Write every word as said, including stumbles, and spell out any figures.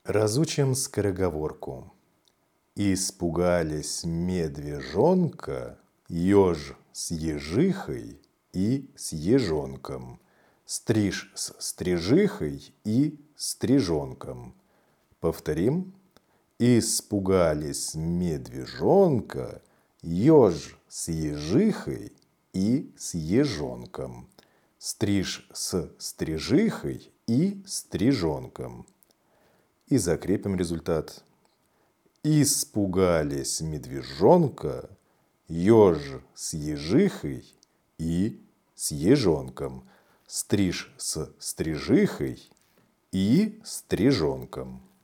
Разучим скороговорку. Испугались медвежонка еж с ежихой и с ежонком, стриж с стрижихой и стрижонком. Повторим. Испугались медвежонка еж с ежихой и с ежонком, стриж с стрижихой и стрижонком. И закрепим результат. Испугались медвежонка еж с ежихой и с ежонком, стриж с стрижихой и стрижонком.